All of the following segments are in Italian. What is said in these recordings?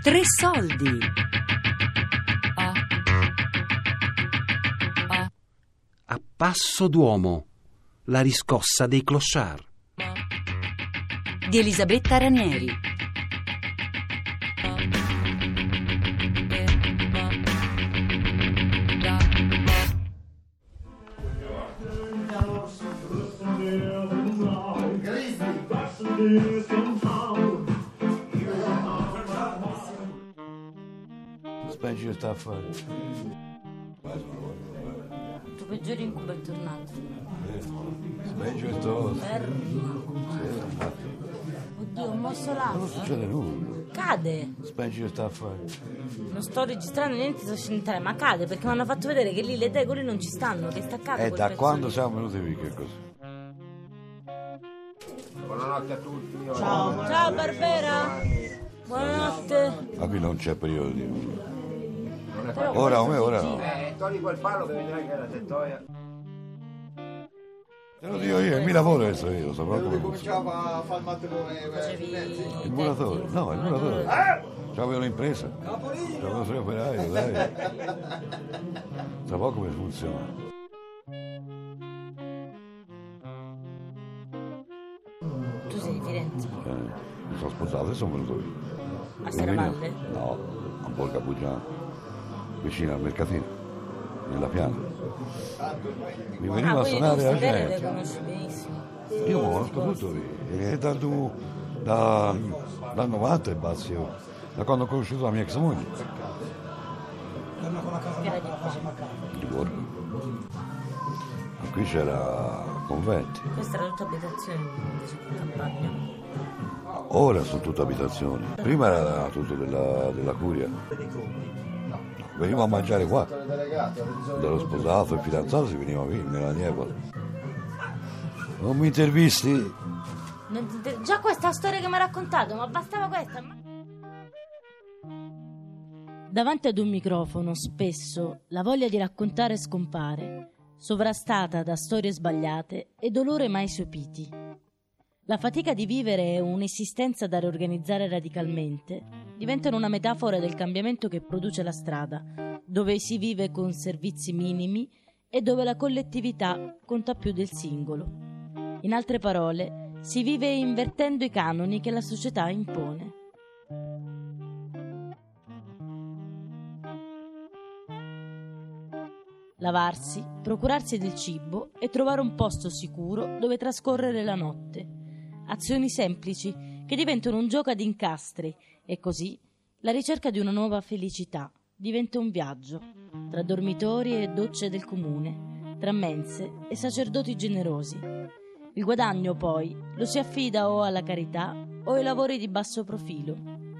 Tre soldi. A passo d'uomo, la riscossa dei clochard. Di Elisabetta Ranieri. Speggi che sta a fare. Il tuo peggiore incubo è tornato. Speggi che sto. Oddio, ho mosso Non l'asso. succede nulla. Cade. Speggi che sta a fare. Non sto registrando niente, sto scendendo, ma cade perché mi hanno fatto vedere che lì le tegole non ci stanno, che è staccato E quel da pezzo quando lì. siamo venuti qui che così? Buonanotte a tutti. Ciao. Ciao Barbera. Buonanotte. Ma qui non c'è periodo di nulla. Però Ora questo come ora si no. gira. Togli quel palo che vedrai che è la tettoia. Te lo dico io, il mio lavoro adesso io, lo saprò come funziona. Cominciava a fare il mattone. Facevi Il muratore, no, il muratore. C'avevo l'impresa, c'avevo tre operai, dai. Saprò come funziona. Tu sei di Firenze. Mi sono sposato e sono venuto qui. A Serravalle? No, a Borgo Bugiano, vicino al mercatino, nella piana. Mi veniva a quindi tu suonare la queste terre le gente. conosci benissimo. Io conosco tutto lì, è dal 90 e bassi, da quando ho conosciuto la mia ex moglie. Che era di qua. Di Borgo. E qui c'era conventi. Questa era tutta abitazione invece che campagna. Ora sono tutte abitazioni. Prima era tutto della curia. Venivo a mangiare qua. Dallo sposato e fidanzato si veniva qui, nella Nievola. Non mi intervisti? Già questa storia che mi ha raccontato, ma bastava questa. Davanti ad un microfono, spesso, la voglia di raccontare scompare, sovrastata da storie sbagliate e dolore mai sopiti. La fatica di vivere e un'esistenza da riorganizzare radicalmente diventano una metafora del cambiamento che produce la strada, dove si vive con servizi minimi e dove la collettività conta più del singolo. In altre parole, si vive invertendo i canoni che la società impone. Lavarsi, procurarsi del cibo e trovare un posto sicuro dove trascorrere la notte. Azioni semplici che diventano un gioco ad incastri e così la ricerca di una nuova felicità diventa un viaggio tra dormitori e docce del comune, tra mense e sacerdoti generosi. Il guadagno poi lo si affida o alla carità o ai lavori di basso profilo.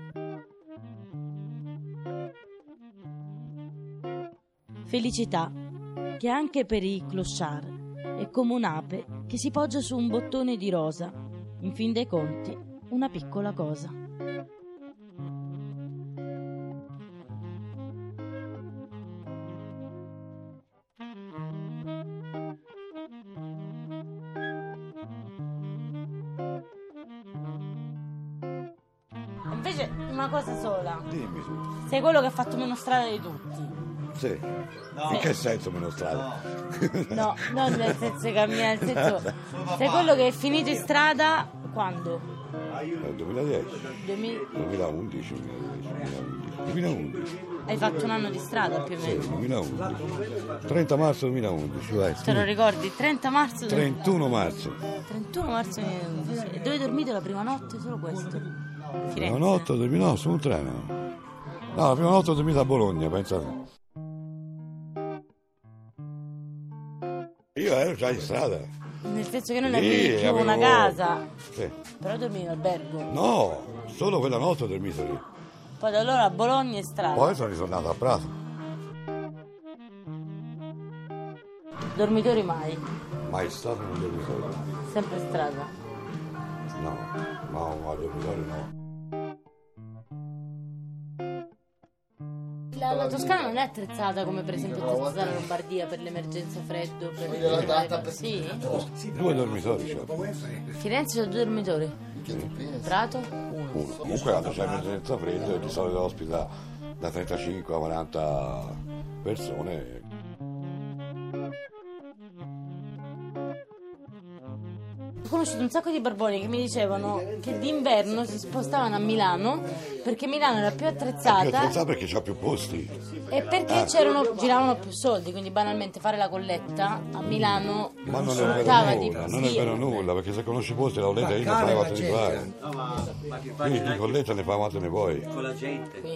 Felicità che anche per i clochard è come un'ape che si poggia su un bottone di rosa. In fin dei conti, una piccola cosa. Invece, una cosa sola. Dimmi su. Sei quello che ha fatto meno strada di tutti. Sì. In che senso meno strada? No, non nel senso che cammina, nel senso sei quello che è finito in strada quando? Nel 2010, 2011. 2011. Hai fatto un anno di strada più o Sì, meno. 2011. 30 marzo 2011, vai. Te lo ricordi? 30 marzo 31 marzo. 31 marzo 2011. E dove hai dormito la prima notte? Solo questo? La Firenze. prima notte ho dormito, no, su un treno. No, la prima notte ho dormito a Bologna, pensate. Io ero già in strada. Nel senso che non Sì, avevi più avevo- una casa. Sì. Però dormivi in albergo. No, solo quella notte ho dormito lì. Poi da allora a Bologna e strada. Poi sono ritornato a Prato. Dormitori mai. Mai stato in un dormitorio. Sempre strada. No, no, al dormitorio no. la Toscana non è attrezzata come per esempio è attrezzata la Lombardia per l'emergenza freddo, sì? 2 dormitori c'è. Firenze c'ha 2 dormitori. Prato? 1. Comunque quando c'è emergenza freddo di solito ospita da 35 a 40 persone. Ho conosciuto un sacco di barboni che mi dicevano che d'inverno si spostavano a Milano perché Milano era più attrezzata Perché c'ha più posti. e perché giravano più soldi, quindi banalmente fare la colletta a Milano Ma non è costava vero di nulla, non è vero nulla, perché se conosci i posti la colletta lì ne fai quanto ne fai. Quindi di colletta ne fai quanto ne vuoi. Con la gente. qui.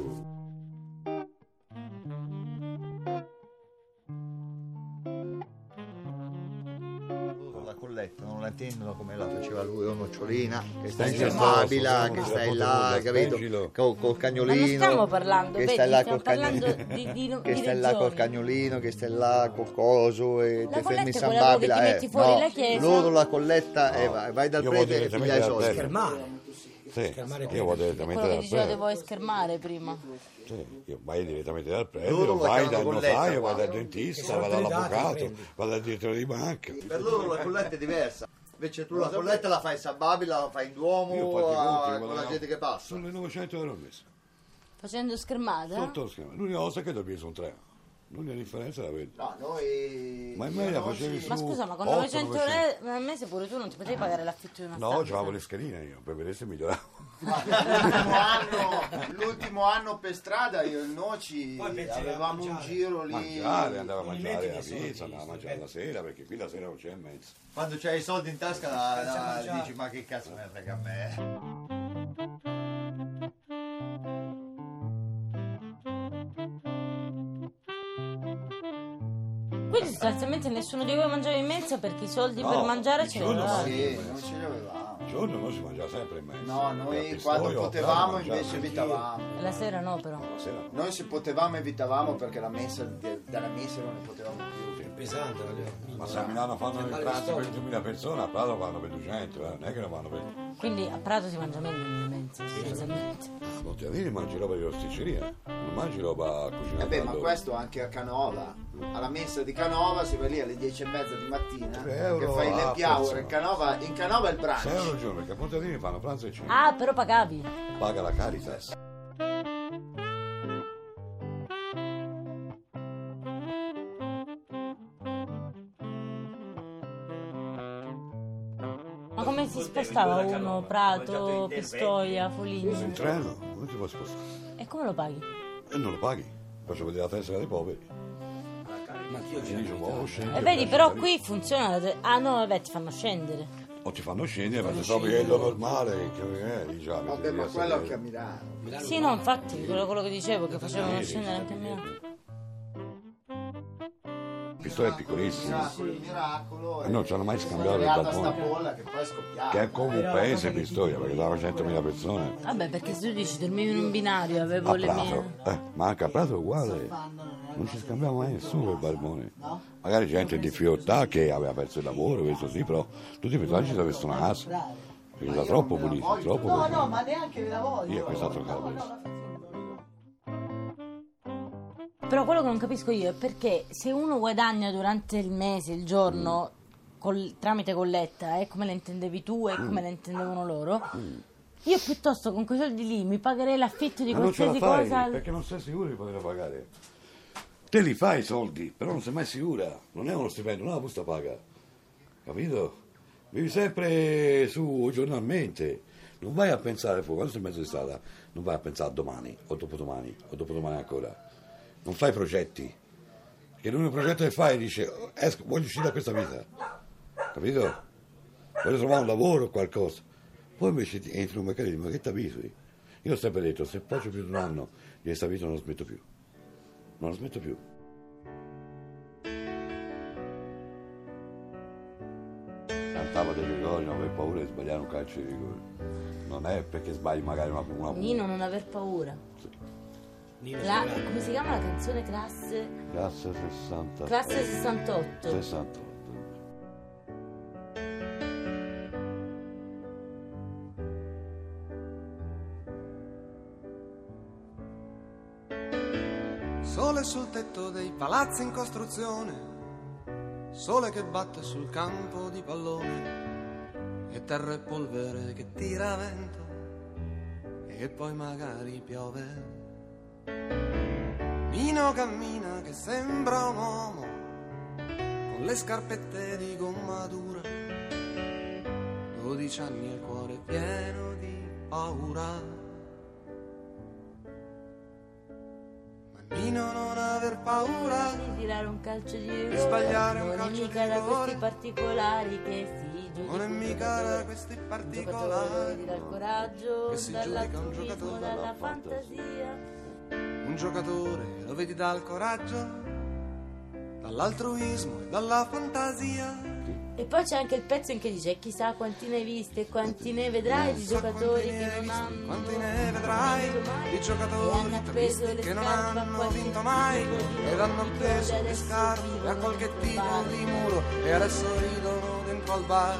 La colletta non la intendono come la faceva lui, o nocciolina, che sta in Spengilo, Germabila, spengilo, che stai là, capito? spengilo. Col cagnolino. Ma non stiamo parlando, che vedi, stai là stiamo col cagnolino. parlando Che di stai là col regioni. cagnolino, che stai là col coso e La ti fermi in colletta è San quella dove Babila. ti metti fuori no, la chiesa. loro la colletta e vai dal Io vado prete e direttamente piglia i dal soldi. prete. Schermare. Sì, io vado direttamente Quello che dal diceva prete. vuoi schermare prima. Sì, io vai direttamente dal prete, Loro la vai chiamano dal colletta, notaio, qua. vai dal dentista, Sono vai per i dall'avvocato, dati, prendi. vai dal direttore di banca. Per loro la colletta è diversa. Invece tu la colletta la fai in San Babila, la fai in Duomo, Io faccio i conti, con la gente che passa. Sono le 900 euro al mese. Facendo schermata? Sotto lo schema. L'unica cosa è che dopo sono 3. L'unica differenza la vedo. No, noi... Ma in media facevi su Ma scusa, ma con 8, 900 euro al mese pure tu non ti potevi pagare l'affitto di una No, stanza? c'avevo le schedine io, per vedere se miglioravo. L'ultimo anno per strada io e il Noci avevamo un giro lì. Mangiare, andavo a mangiare la pizza, andavo a mangiare la sera, perché qui la sera non c'è in mezzo. Quando c'hai i soldi in tasca dici ma che cazzo me ne frega a me. Quindi sostanzialmente nessuno di voi mangiava in mezzo perché i soldi per mangiare ce li giorno avevate. Sì, non ce li avevamo. Il giorno noi si mangiava sempre in mezzo. No, A noi Pistoia, quando a potevamo Prato, invece mangiavamo. evitavamo. E la sera no però. La sera. Noi se potevamo evitavamo perché la messa dalla messa non ne potevamo più. Pesante, Ma se a Milano fanno il pranzo per 2000 persone, a Prato fanno per 200, non è che lo fanno per... Quindi a Prato si mangia meglio in mezzo sostanzialmente. A Monteadini mangi roba di rosticceria, non mangi roba cucinata. Beh, ma da dove. questo anche a Canova. Alla messa di Canova si va lì alle 10:30 di mattina 3 euro che fai a l'happy hour. persona. In Canova è il 6 brunch. euro al giorno, perché a Monteadini fanno pranzo e cena. Ah, però pagavi. Paga la Caritas. Ma come si spostava uno? Prato, Pistoia, In Foligno? treno, non ti puoi spostare. E come lo paghi? E non lo paghi. Faccio vedere la tessera dei poveri. Ma io Ti dice, "Wow, scendi, E vedi, vai, però scendi". qui funziona. Ah no, vabbè, ti fanno scendere. O ti fanno scendere, perché trovi che è lo normale, che diciamo. Vabbè, ma quello anche a Milano. Sì, no, infatti, quello che dicevo, che facevano scendere anche a Milano. Pistoia è piccolissimo. Il miracolo. E non ci hanno mai scambiato il creata sta balcone. bolla che poi è scoppiata. Che è come un paese Pistoia, perché dava 100.000 persone. Vabbè, perché se tu dici dormivi in un binario, avevo A le Prato, mie... ma anche a Prato è uguale. Non ci scambiava mai nessuno per barbone. Magari gente in difficoltà che aveva perso il lavoro, questo sì, però tutti i personaggi si avevano una casa. Perché era troppo pulito, troppo pulito. No, ma neanche la voglio. Io quest'altro caso questo. Però quello che non capisco io è perché se uno guadagna durante il mese, il giorno, tramite colletta, è come la intendevi tu e come la intendevano loro, io piuttosto con quei soldi lì mi pagherei l'affitto di Ma non ce la qualsiasi fai, cosa... perché non sei sicuro di poterla pagare. Te li fai i soldi, però non sei mai sicura. Non è uno stipendio, non è una busta paga. Capito? Vivi sempre su giornalmente. Non vai a pensare, quando sei in mezzo di strada, non vai a pensare a domani, o dopodomani ancora. Non fai progetti. Perché l'unico progetto che fai dice, voglio uscire da questa vita. Capito? Voglio trovare un lavoro o qualcosa. Poi invece entri in un mercato e dici, ma che ti abitui? Io ho sempre detto, se faccio più di un anno di questa vita non la smetto più. Non la smetto più. Cantavo dei rigori, non aver paura di sbagliare un calcio di rigore. Non è perché sbagli magari una Nino, non aver paura. Come si chiama la canzone classe? Classe 60. Classe 68. 68. Sole sul tetto dei palazzi in costruzione, sole che batte sul campo di pallone, e terra e polvere che tira vento e poi magari piove. Nino cammina che sembra un uomo con le scarpette di gomma dura, 12 anni e il cuore pieno di paura. Nino, non aver paura di tirare un calcio di rigore, sbagliare un non calcio è mica di da rigore. questi particolari che si giudica, Non è mica da questi un particolari giocatore dal coraggio, che si giudica un dall'altruismo, giocatore dalla fantasia. Un giocatore lo vedi dal coraggio, dall'altruismo e dalla fantasia. E poi c'è anche il pezzo in cui dice: chissà quanti ne hai viste, quanti ne vedrai di giocatori che non hanno Quanti ne vedrai di e giocatori hanno appeso le che non scarpe a hanno qualche vinto mai tipo di ed hanno muro, appeso le adesso scarpe vivono a qualche dentro tipo bar. di muro e adesso ridono dentro al bar.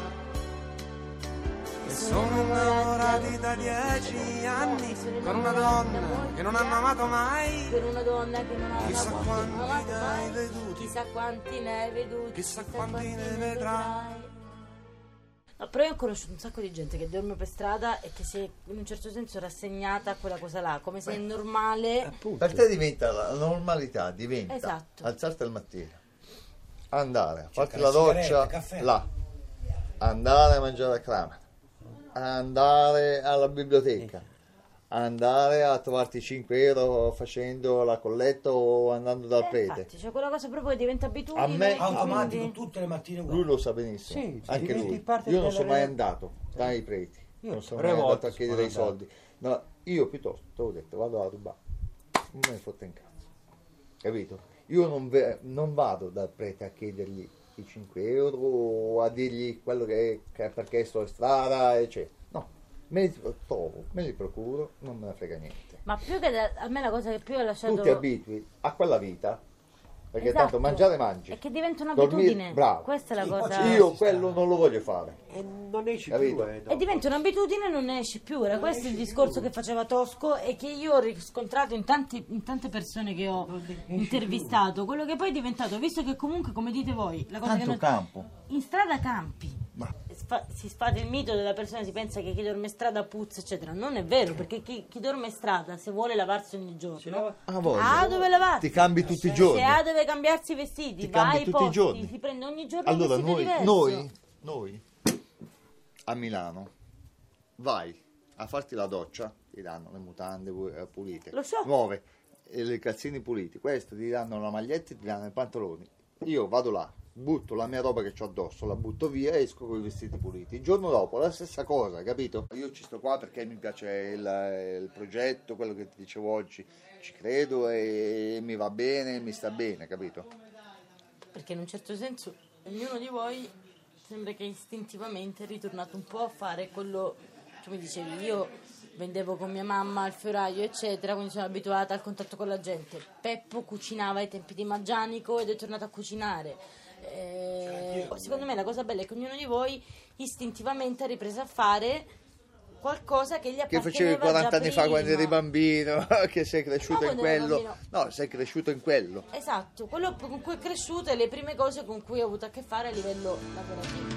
E sono innamorati da 10 anni con una donna che non hanno amato mai. Per una donna che non ha Chissà amato quanti mai. ne hai veduti. Chissà quanti ne hai veduti. Chissà quanti ne vedrai. No, però io ho conosciuto un sacco di gente che dorme per strada e che si è in un certo senso rassegnata a quella cosa là, come se è normale. Per te diventa la normalità, diventa Esatto. alzarti al mattino, andare a farti Cercare la doccia sigarette, caffè. là, andare a mangiare a Kramer, andare alla biblioteca, andare a trovarti 5 euro facendo la colletta o andando dal prete. Infatti, cioè quella cosa proprio che diventa abitudine. A me- e Automatico quindi- tutte le mattine Lui uguali. lo sa benissimo, Sì, anche diventi lui. parte Io non della sono mai realtà. andato dai preti, Io non sono 3 mai andato volte a chiedere i sono soldi. No, io piuttosto, te l'ho detto, vado a rubare, non me ne fotte in cazzo, capito? Io non vado dal prete a chiedergli i 5 euro o a dirgli quello che perché sto in strada, eccetera. No, me li trovo, me li procuro, non me ne frega niente. Ma più che a me la cosa che più ha lasciato. Tu ti abitui a quella vita, perché Esatto. tanto mangiare mangi. È che diventa Dormire, un'abitudine. bravo. Questa è la Sì, cosa. poi Io quello non lo voglio fare. E non esci Capito? più. E diventa un'abitudine e non ne esci più. Era questo il discorso che faceva Tosco e che io ho riscontrato in tante persone che ho intervistato. Quello che poi è diventato, visto che comunque, come dite voi, la cosa Tanto che non... campo. in strada campi. Ma- Si sfata il mito della persona, si pensa che chi dorme in strada puzza, eccetera. Non è vero, perché chi dorme in strada, se vuole lavarsi ogni giorno, Ah, voglia. ha dove lavarsi. Ti cambi tutti i giorni. Se ha dove cambiarsi i vestiti, Ti va cambi ai tutti i posti, giorni. si prende ogni giorno Allora un vestito diverso. noi a Milano vai a farti la doccia, ti danno le mutande pulite, Lo so. nuove, e le calzini puliti, questo ti danno la maglietta e ti danno i pantaloni. Io vado là, butto la mia roba che ho addosso, la butto via e esco con i vestiti puliti. Il giorno dopo la stessa cosa, capito? Io ci sto qua perché mi piace il progetto, quello che ti dicevo oggi, ci credo e mi va bene, mi sta bene, capito? Perché in un certo senso ognuno di voi sembra che istintivamente è ritornato un po' a fare quello che mi dicevi. Io vendevo con mia mamma al fioraio, eccetera, quindi sono abituata al contatto con la gente. Peppo cucinava ai tempi di Maggianico ed è tornato a cucinare. Secondo me la cosa bella è che ognuno di voi istintivamente ha ripreso a fare qualcosa che gli Che apparteneva facevi 40 già anni fa quando eri prima. bambino, che sei cresciuto No, in quando ero quello. bambino. No, sei cresciuto in quello. Esatto, quello con cui è cresciuto e le prime cose con cui ho avuto a che fare a livello lavorativo.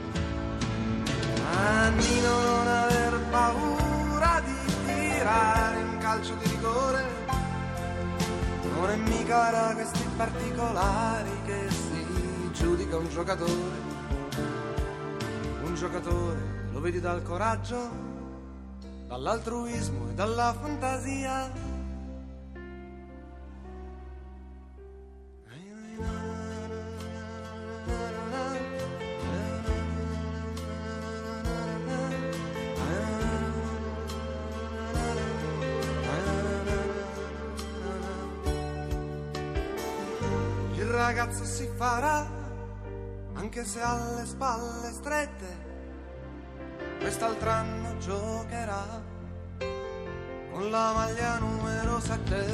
Nino, non aver paura di tirare un calcio di rigore, non è mica da questi particolari che si giudica un giocatore. Un giocatore lo vedi dal coraggio, dall'altruismo e dalla fantasia. Il ragazzo si farà, anche se ha le spalle strette, quest'altro anno giocherà con la maglia numero 7.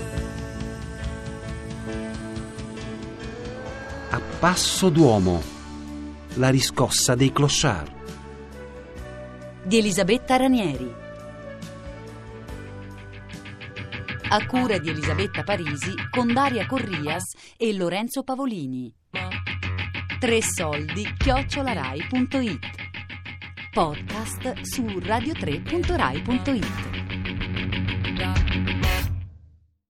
A passo d'uomo, la riscossa dei clochard. Di Elisabetta Ranieri. A cura di Elisabetta Parisi con Daria Corrias e Lorenzo Pavolini. 3soldi@rai.it. Podcast su radio3.rai.it.